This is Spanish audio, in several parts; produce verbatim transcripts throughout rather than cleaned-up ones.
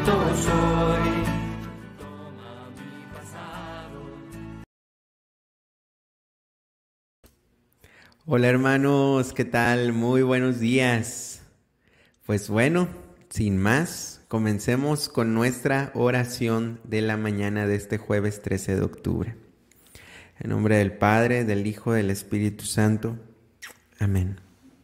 cuánto soy. Hola hermanos, ¿qué tal? Muy buenos días. Pues bueno, sin más, comencemos con nuestra oración de la mañana de este jueves trece de octubre. En nombre del Padre, del Hijo, del Espíritu Santo. Amén.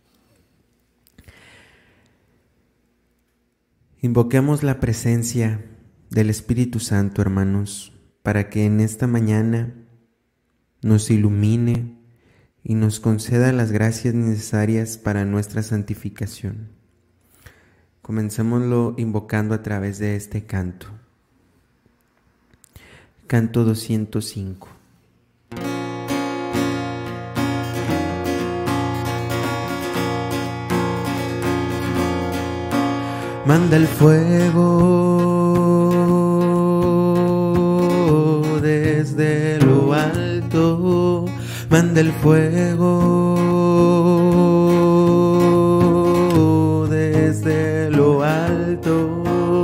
Invoquemos la presencia del Espíritu Santo, hermanos, para que en esta mañana nos ilumine y nos conceda las gracias necesarias para nuestra santificación. Comencémoslo invocando a través de este canto. Canto doscientos cinco. Manda el fuego desde lo alto, manda el fuego desde lo alto,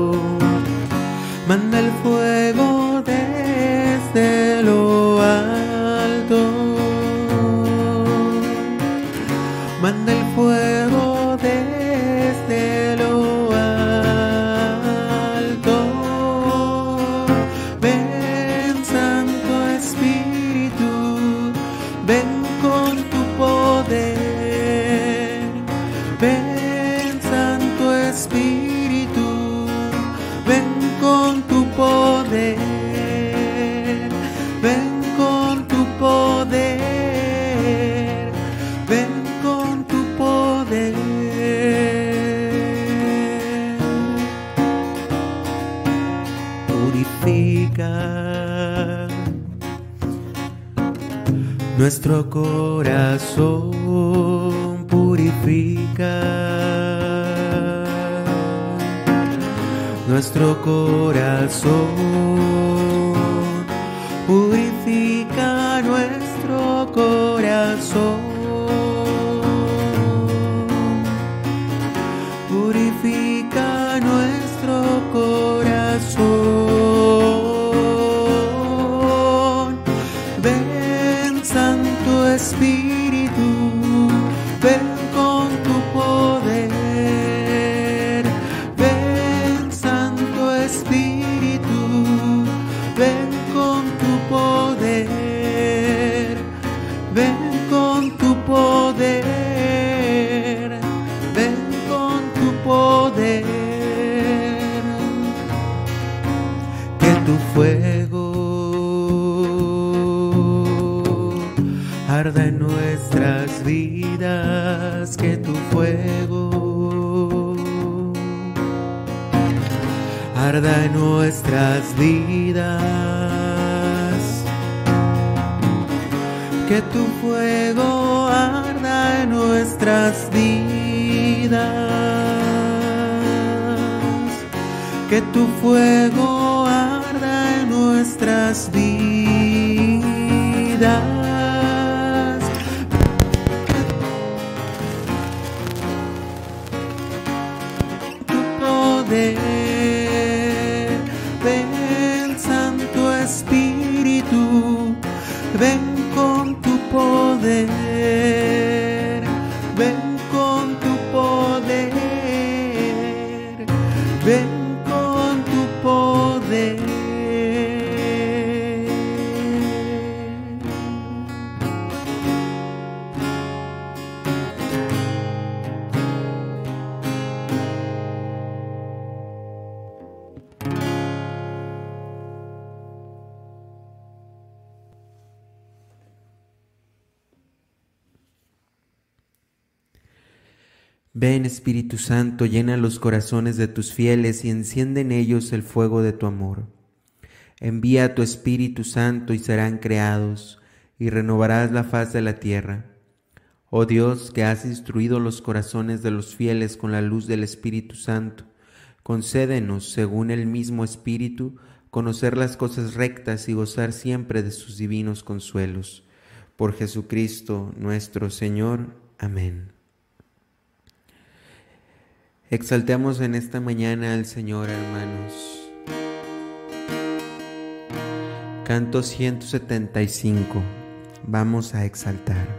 manda el fuego desde lo alto, manda el fuego desde lo alto, ven Santo Espíritu, ven con tu poder, ven Santo Espíritu, ven con tu poder, ven con tu poder, ven con tu poder. Purifica nuestro corazón, purifica nuestro corazón, purifica nuestro corazón, purifica nuestro corazón. Ven Santo Espíritu, ven con tu poder, ven Santo Espíritu, ven con tu poder, ven con tu poder, ven con tu poder. Que tu fuego arda en nuestras vidas, que tu fuego arda en nuestras vidas, que tu fuego arda en nuestras vidas, que tu fuego arda en nuestras vidas. Ven Santo Espíritu, ven con tu poder, ven con tu poder, ven con tu poder. Ven Espíritu Santo, llena los corazones de tus fieles y enciende en ellos el fuego de tu amor. Envía tu Espíritu Santo y serán creados, y renovarás la faz de la tierra. Oh Dios, que has instruido los corazones de los fieles con la luz del Espíritu Santo, concédenos, según el mismo Espíritu, conocer las cosas rectas y gozar siempre de sus divinos consuelos. Por Jesucristo nuestro Señor. Amén. Exaltemos en esta mañana al Señor, hermanos. Canto ciento setenta y cinco. Vamos a exaltar.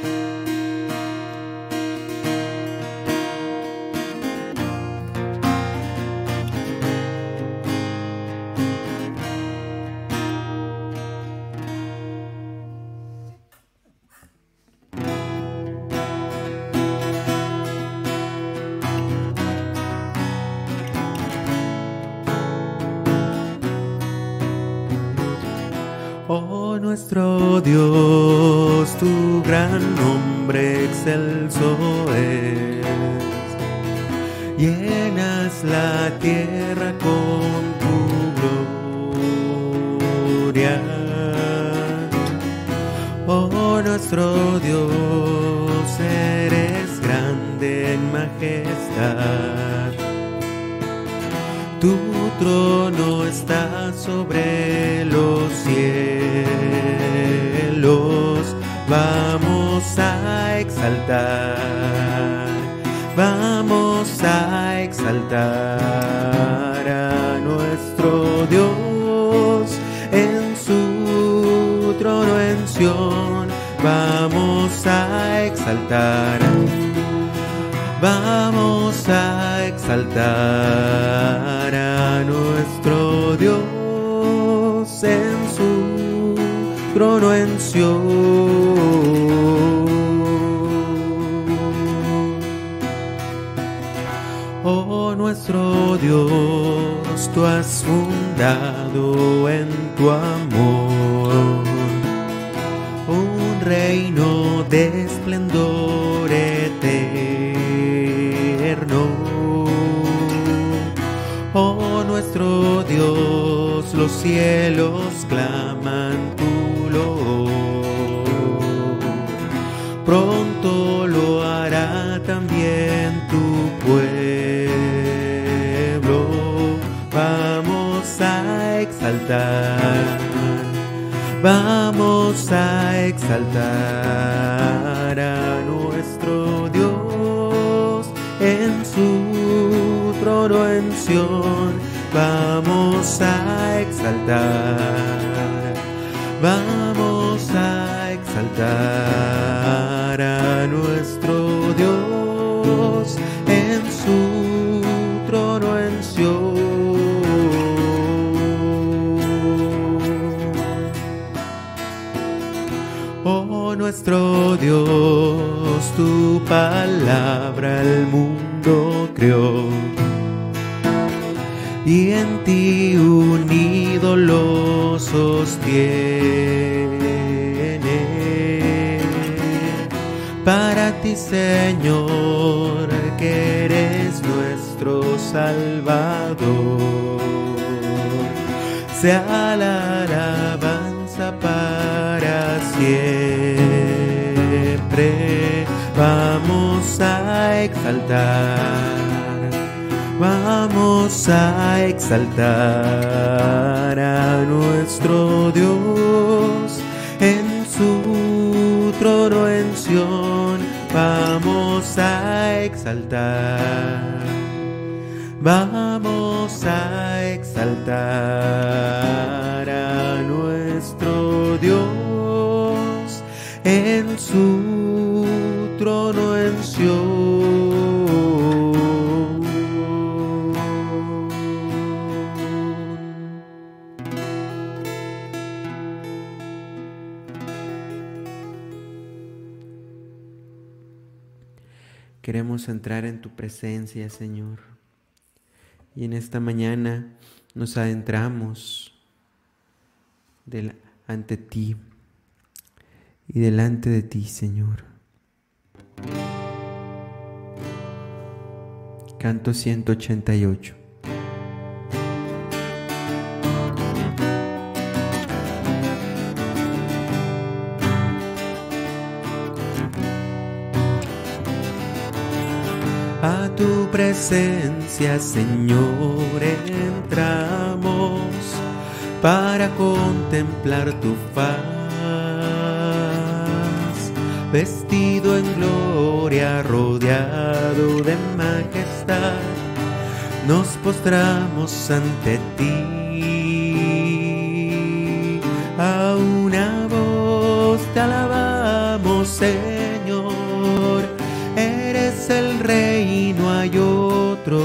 Oh nuestro Dios, tu gran nombre excelso es. Llenas la tierra con tu gloria. Oh nuestro Dios, eres grande en majestad. Tu trono está sobre los cielos. Vamos a exaltar, vamos a exaltar a nuestro Dios en su trono en Sión. Vamos a exaltar, vamos a exaltar a nuestro Dios en su trono en Sión. Oh nuestro Dios, tú has fundado en tu amor un reino de esplendor eterno. Oh nuestro Dios, los cielos claman tu loor. Pronto lo hará también tu pueblo. Vamos a exaltar, vamos a exaltar a nuestro Dios en su trono en Sión. Vamos a exaltar, vamos a exaltar a nuestro Dios en su trono en Sión. Oh nuestro Dios, tu palabra el mundo creó, y en ti unido lo sostiene. Para ti, Señor, que eres nuestro Salvador, sea la alabanza para siempre. Vamos a exaltar, vamos a exaltar a nuestro Dios en su trono en Sión. Vamos a exaltar, vamos a exaltar a nuestro Dios en su trono en Sión. Queremos entrar en tu presencia, Señor. Y en esta mañana nos adentramos del, ante ti y delante de ti, Señor. Canto ciento ochenta y ocho. A tu presencia, Señor, entramos para contemplar tu faz, vestido en gloria, rodeado de majestad. majestad, nos postramos ante ti. A una voz te alabamos, Señor, eres el Rey, no hay otro.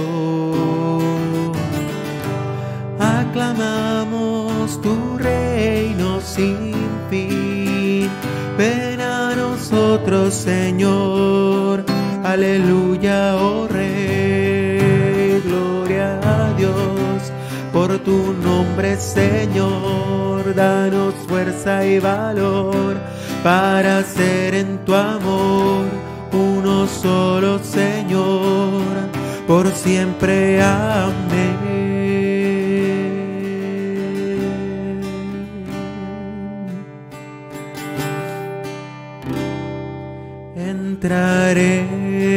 Aclamamos tu reino sin fin. Ven a nosotros, Señor. Aleluya, oh Rey. Gloria a Dios por tu nombre, Señor. Danos fuerza y valor para ser en tu amor uno solo, Señor, por siempre. Amén. Entraré,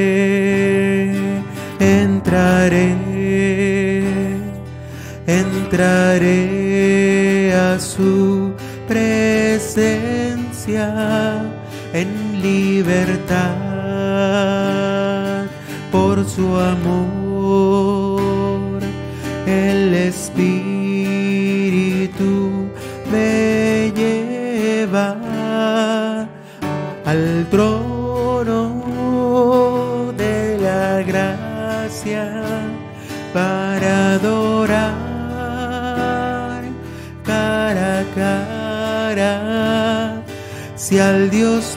entraré, entraré a su presencia en libertad por su amor. El Espíritu me lleva al trono de la gracia para adorar cara a cara, si al Dios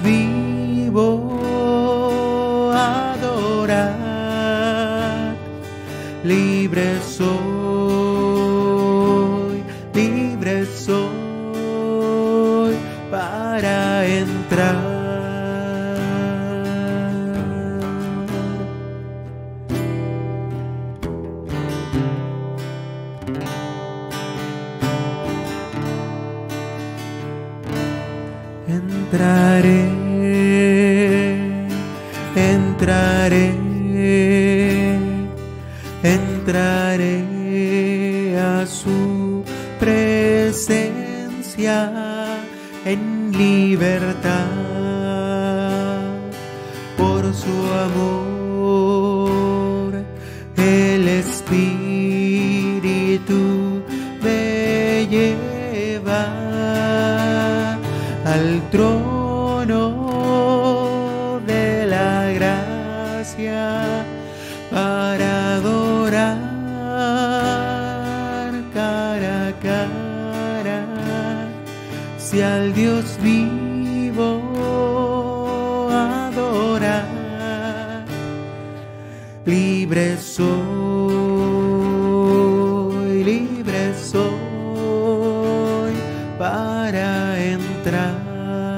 vivo adorar. Libre soy, libre soy para entrar. Entraré, entraré, entraré a su presencia en libertad por su amor. El Espíritu me lleva al trono de la gracia para adorar cara a cara, si al Dios vivo adorar. Libre soy, libre soy para entrar.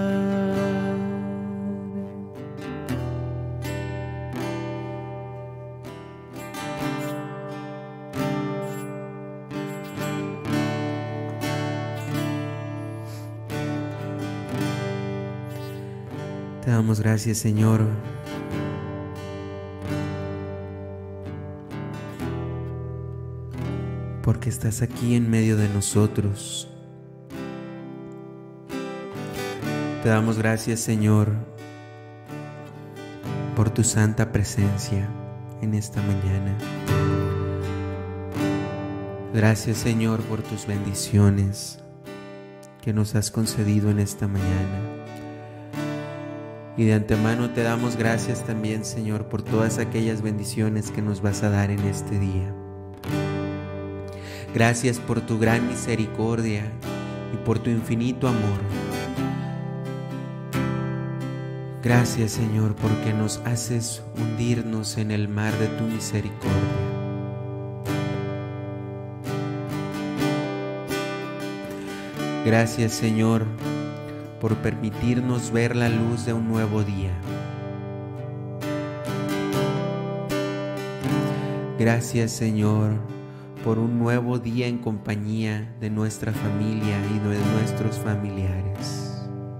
Te damos gracias, Señor, porque estás aquí en medio de nosotros. Te damos gracias, Señor, por tu santa presencia en esta mañana. Gracias, Señor, por tus bendiciones que nos has concedido en esta mañana. Y de antemano te damos gracias también, Señor, por todas aquellas bendiciones que nos vas a dar en este día. Gracias por tu gran misericordia y por tu infinito amor. Gracias, Señor, porque nos haces hundirnos en el mar de tu misericordia. Gracias, Señor, por permitirnos ver la luz de un nuevo día. Gracias, Señor, por un nuevo día en compañía de nuestra familia y de nuestros familiares.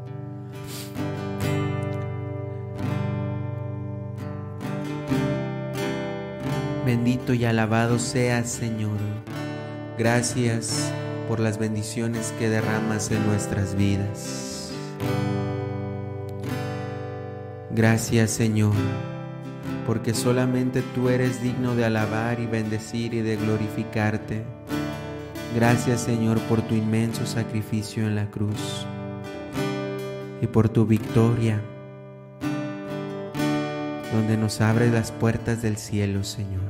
Bendito y alabado seas, Señor. Gracias por las bendiciones que derramas en nuestras vidas. Gracias, Señor, porque solamente tú eres digno de alabar y bendecir y de glorificarte. Gracias, Señor, por tu inmenso sacrificio en la cruz y por tu victoria, donde nos abres las puertas del cielo, Señor.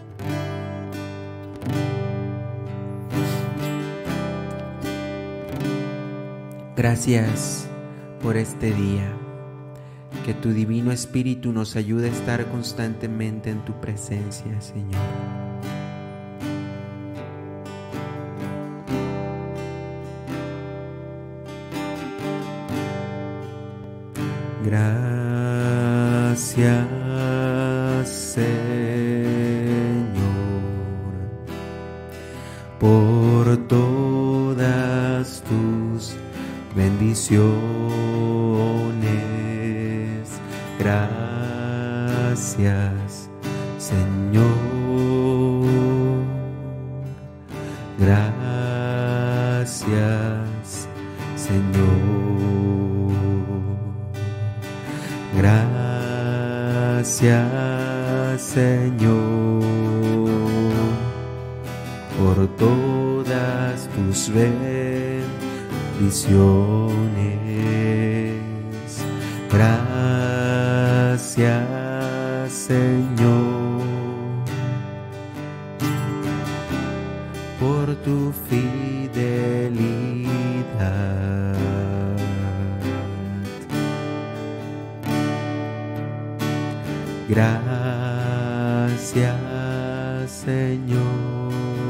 Gracias por este día. Que tu Divino Espíritu nos ayude a estar constantemente en tu presencia, Señor. Gracias, Señor, por todas tus bendiciones. Gracias, Señor. Gracias, Señor. Gracias, Señor, por todas tus bendiciones. Gracias, Señor, por tu fidelidad. Gracias, Señor,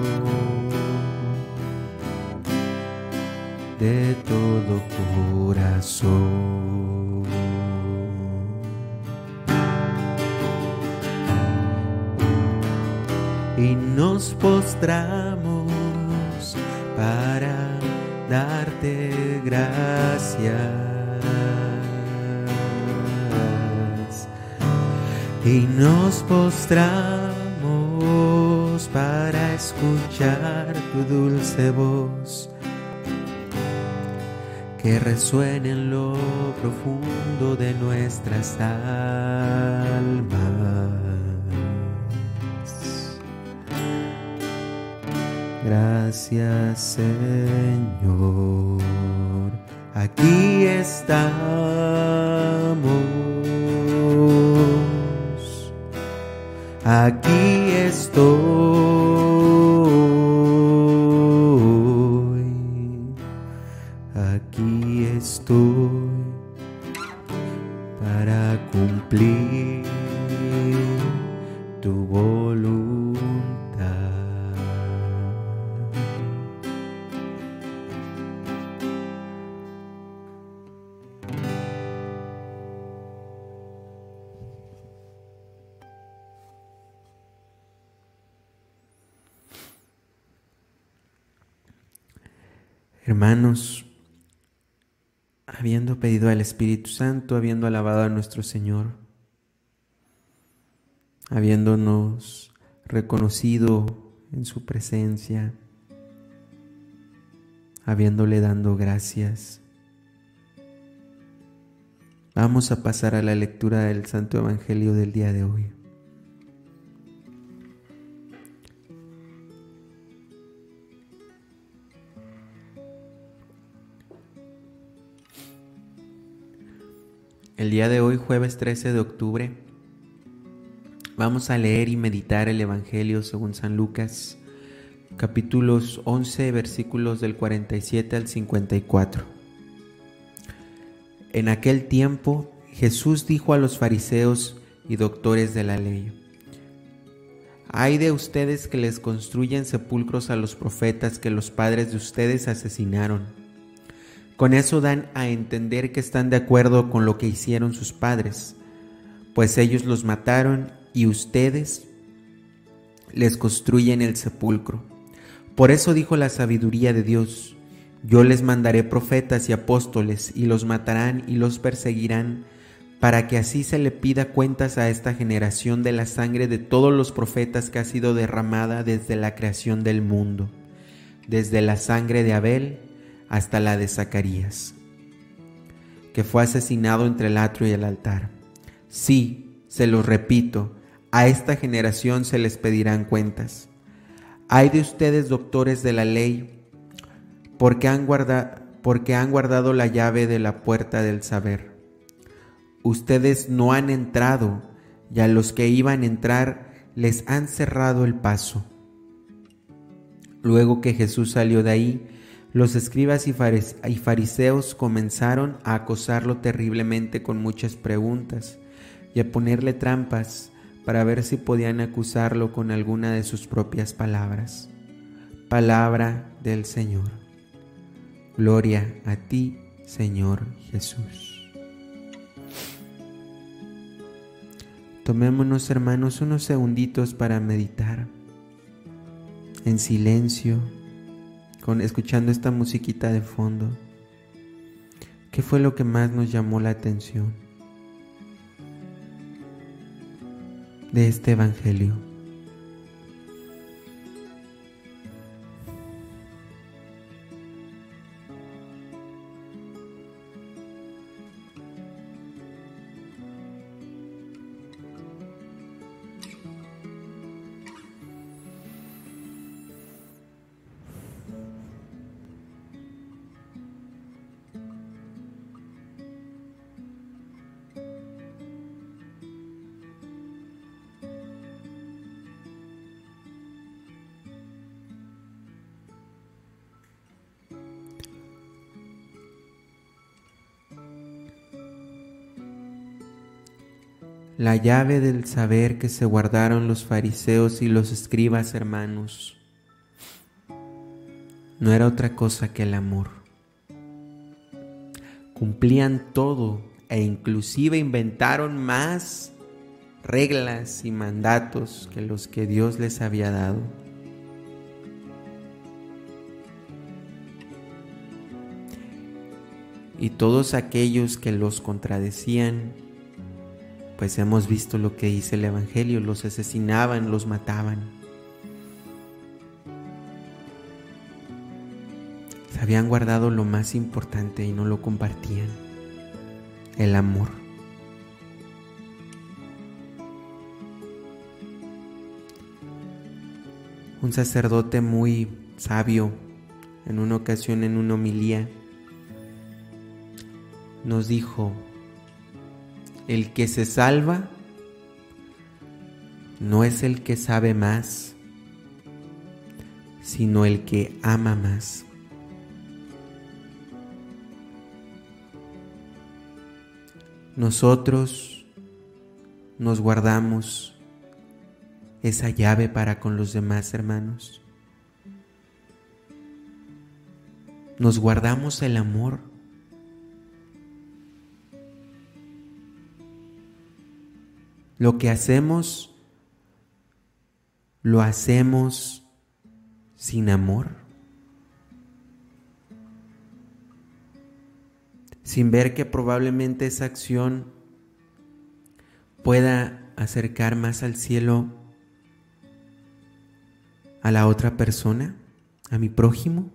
de todo corazón. Y nos postramos para darte gracias. Y nos postramos para escuchar tu dulce voz, que resuene en lo profundo de nuestras almas. Gracias, Señor, aquí estamos. Aquí estoy, aquí estoy para cumplir tu voluntad. Hermanos, habiendo pedido al Espíritu Santo, habiendo alabado a nuestro Señor, habiéndonos reconocido en su presencia, habiéndole dado gracias, vamos a pasar a la lectura del Santo Evangelio del día de hoy. El día de hoy, jueves trece de octubre, vamos a leer y meditar el Evangelio según San Lucas, capítulos once, versículos del cuarenta y siete al cincuenta y cuatro. En aquel tiempo, Jesús dijo a los fariseos y doctores de la ley: «Ay de ustedes que les construyen sepulcros a los profetas que los padres de ustedes asesinaron. Con eso dan a entender que están de acuerdo con lo que hicieron sus padres, pues ellos los mataron y ustedes les construyen el sepulcro. Por eso dijo la sabiduría de Dios: yo les mandaré profetas y apóstoles, y los matarán y los perseguirán, para que así se le pida cuentas a esta generación de la sangre de todos los profetas que ha sido derramada desde la creación del mundo, desde la sangre de Abel hasta la de Zacarías, que fue asesinado entre el atrio y el altar. Sí, se los repito, a esta generación se les pedirán cuentas. Ay de ustedes, doctores de la ley, porque han guardado, porque han guardado la llave de la puerta del saber. Ustedes no han entrado, y a los que iban a entrar les han cerrado el paso. Luego que Jesús salió de ahí, los escribas y fariseos comenzaron a acosarlo terriblemente con muchas preguntas y a ponerle trampas para ver si podían acusarlo con alguna de sus propias palabras. Palabra del Señor. Gloria a ti, Señor Jesús. Tomémonos, hermanos, unos segunditos para meditar en silencio, con, escuchando esta musiquita de fondo. ¿Qué fue lo que más nos llamó la atención de este evangelio? La llave del saber que se guardaron los fariseos y los escribas, hermanos, no era otra cosa que el amor. Cumplían todo e inclusive inventaron más reglas y mandatos que los que Dios les había dado. Y todos aquellos que los contradecían, pues hemos visto lo que dice el Evangelio, los asesinaban, los mataban. Se habían guardado lo más importante y no lo compartían, el amor. Un sacerdote muy sabio, en una ocasión en una homilía, nos dijo: el que se salva no es el que sabe más, sino el que ama más. Nosotros nos guardamos esa llave para con los demás, hermanos. Nos guardamos el amor. Lo que hacemos, lo hacemos sin amor, sin ver que probablemente esa acción pueda acercar más al cielo a la otra persona, a mi prójimo.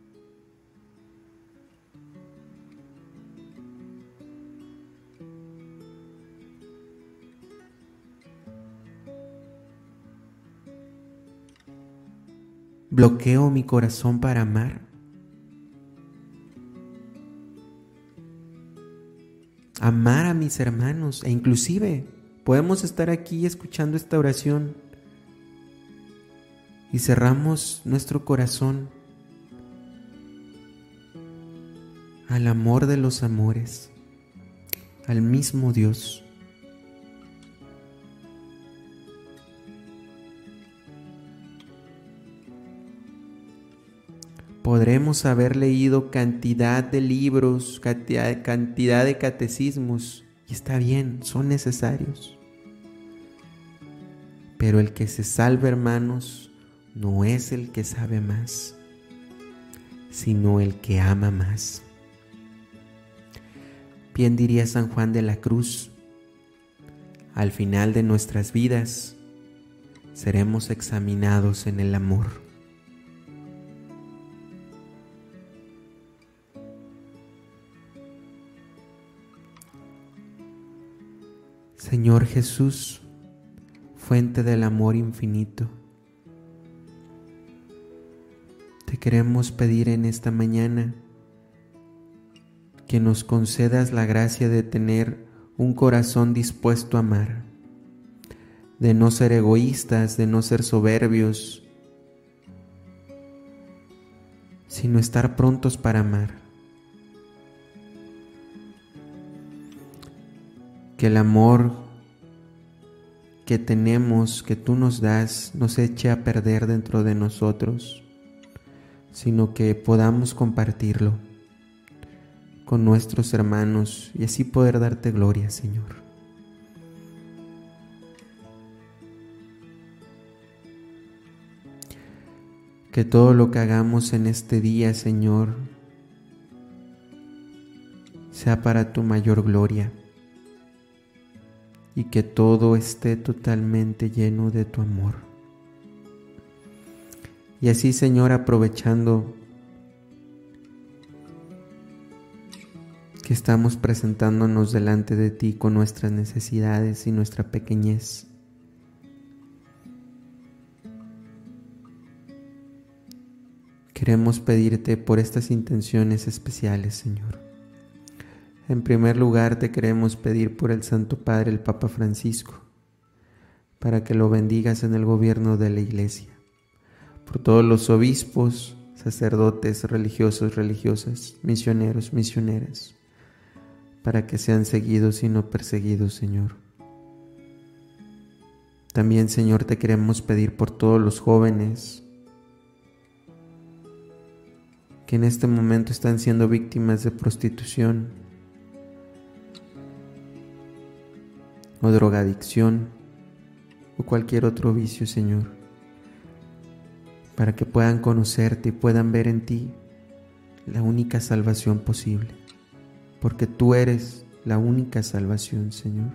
¿Bloqueo mi corazón para amar? Amar a mis hermanos, e inclusive podemos estar aquí escuchando esta oración y cerramos nuestro corazón al amor de los amores, al mismo Dios. Podremos haber leído cantidad de libros, cantidad, cantidad de catecismos, y está bien, son necesarios. Pero el que se salve, hermanos, no es el que sabe más, sino el que ama más. Bien diría San Juan de la Cruz: al final de nuestras vidas seremos examinados en el amor. Señor Jesús, fuente del amor infinito. Te queremos pedir en esta mañana que nos concedas la gracia de tener un corazón dispuesto a amar, de no ser egoístas, de no ser soberbios, sino estar prontos para amar. Que el amor que tenemos, que tú nos das, no se eche a perder dentro de nosotros, sino que podamos compartirlo con nuestros hermanos y así poder darte gloria, Señor. Que todo lo que hagamos en este día, Señor, sea para tu mayor gloria y que todo esté totalmente lleno de tu amor. Y así, Señor, aprovechando que estamos presentándonos delante de ti con nuestras necesidades y nuestra pequeñez, queremos pedirte por estas intenciones especiales, Señor. En primer lugar, te queremos pedir por el Santo Padre, el Papa Francisco, para que lo bendigas en el gobierno de la Iglesia, por todos los obispos, sacerdotes, religiosos, religiosas, misioneros, misioneras, para que sean seguidos y no perseguidos, Señor. También, Señor, te queremos pedir por todos los jóvenes que en este momento están siendo víctimas de prostitución o drogadicción o cualquier otro vicio, Señor, para que puedan conocerte y puedan ver en ti la única salvación posible, porque tú eres la única salvación, Señor.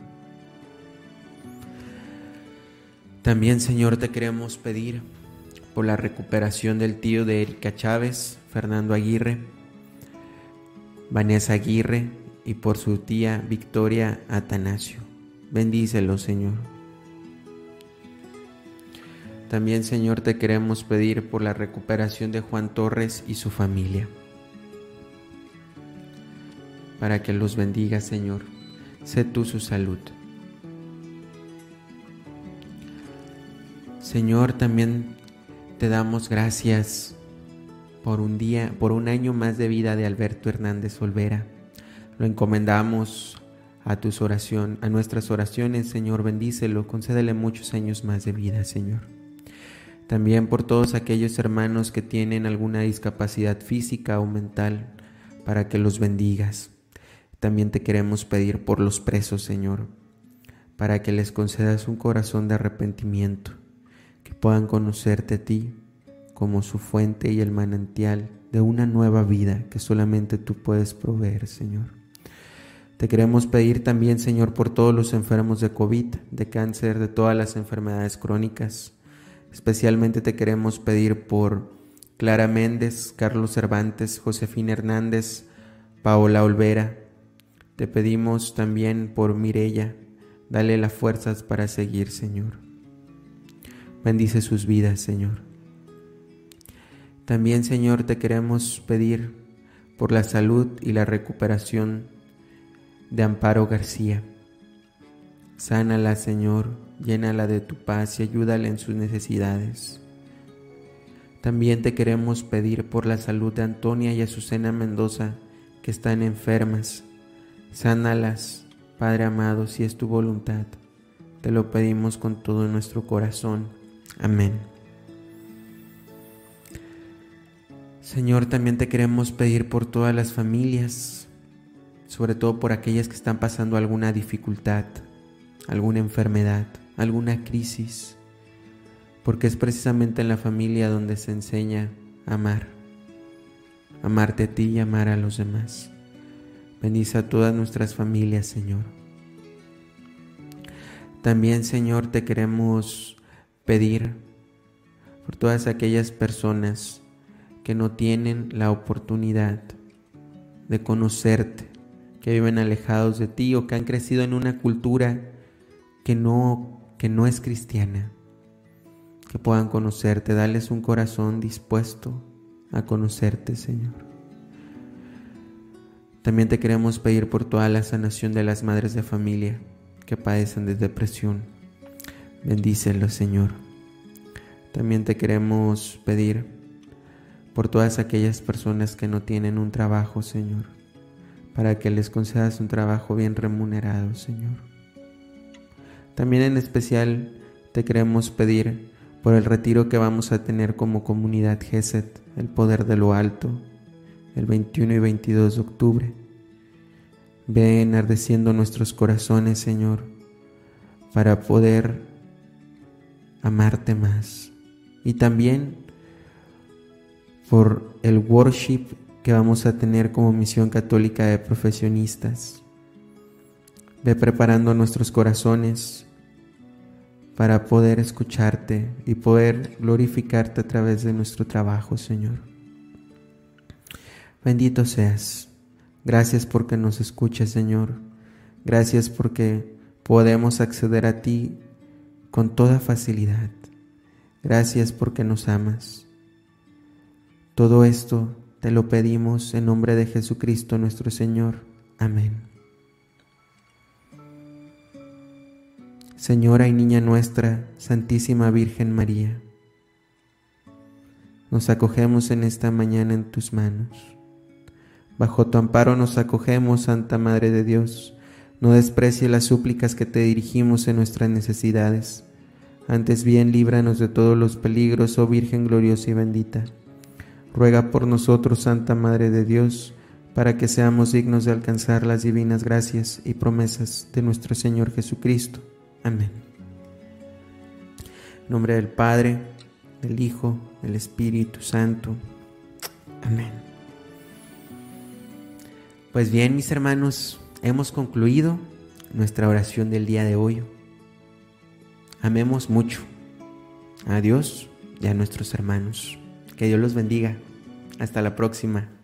También, Señor, te queremos pedir por la recuperación del tío de Erika Chávez, Fernando Aguirre, Vanessa Aguirre, y por su tía Victoria Atanasio. Bendícelo, Señor. También, Señor, te queremos pedir por la recuperación de Juan Torres y su familia, para que los bendiga, Señor. Sé tú su salud. Señor, también te damos gracias por un día, por un año más de vida de Alberto Hernández Olvera. Lo encomendamos a tus oraciones, a nuestras oraciones, Señor. Bendícelo, concédele muchos años más de vida, Señor. También por todos aquellos hermanos que tienen alguna discapacidad física o mental, para que los bendigas. También te queremos pedir por los presos, Señor, para que les concedas un corazón de arrepentimiento, que puedan conocerte a ti como su fuente y el manantial de una nueva vida que solamente tú puedes proveer, Señor. Te queremos pedir también, Señor, por todos los enfermos de COVID, de cáncer, de todas las enfermedades crónicas. Especialmente te queremos pedir por Clara Méndez, Carlos Cervantes, Josefina Hernández, Paola Olvera. Te pedimos también por Mirella. Dale las fuerzas para seguir, Señor. Bendice sus vidas, Señor. También, Señor, te queremos pedir por la salud y la recuperación de Amparo García. Sánala, Señor, llénala de tu paz y ayúdala en sus necesidades. También te queremos pedir por la salud de Antonia y Azucena Mendoza, que están enfermas. Sánalas, Padre amado, si es tu voluntad. Te lo pedimos con todo nuestro corazón. Amén. Señor, también te queremos pedir por todas las familias, sobre todo por aquellas que están pasando alguna dificultad, alguna enfermedad, alguna crisis, porque es precisamente en la familia donde se enseña a amar, amarte a ti y amar a los demás. Bendice a todas nuestras familias, Señor. También, Señor, te queremos pedir por todas aquellas personas que no tienen la oportunidad de conocerte, que viven alejados de ti o que han crecido en una cultura que no que no es cristiana, que puedan conocerte. Dales un corazón dispuesto a conocerte, Señor. También te queremos pedir por toda la sanación de las madres de familia que padecen de depresión. Bendícelos, Señor. También te queremos pedir por todas aquellas personas que no tienen un trabajo, Señor, para que les concedas un trabajo bien remunerado, Señor. También en especial te queremos pedir por el retiro que vamos a tener como comunidad Gesed, el poder de lo alto, el veintiuno y veintidós de octubre. Ve enardeciendo nuestros corazones, Señor, para poder amarte más. Y también por el worship que vamos a tener como Misión Católica de Profesionistas. Ve preparando nuestros corazones para poder escucharte y poder glorificarte a través de nuestro trabajo, Señor. Bendito seas. Gracias porque nos escuchas, Señor. Gracias porque podemos acceder a ti con toda facilidad. Gracias porque nos amas. Todo esto te lo pedimos en nombre de Jesucristo nuestro Señor. Amén. Señora y Niña nuestra, Santísima Virgen María, nos acogemos en esta mañana en tus manos. Bajo tu amparo nos acogemos, Santa Madre de Dios. No desprecie las súplicas que te dirigimos en nuestras necesidades. Antes bien, líbranos de todos los peligros, oh Virgen gloriosa y bendita. Ruega por nosotros, Santa Madre de Dios, para que seamos dignos de alcanzar las divinas gracias y promesas de nuestro Señor Jesucristo. Amén. En nombre del Padre, del Hijo, del Espíritu Santo. Amén. Pues bien, mis hermanos, hemos concluido nuestra oración del día de hoy. Amemos mucho a Dios y a nuestros hermanos. Que Dios los bendiga. Hasta la próxima.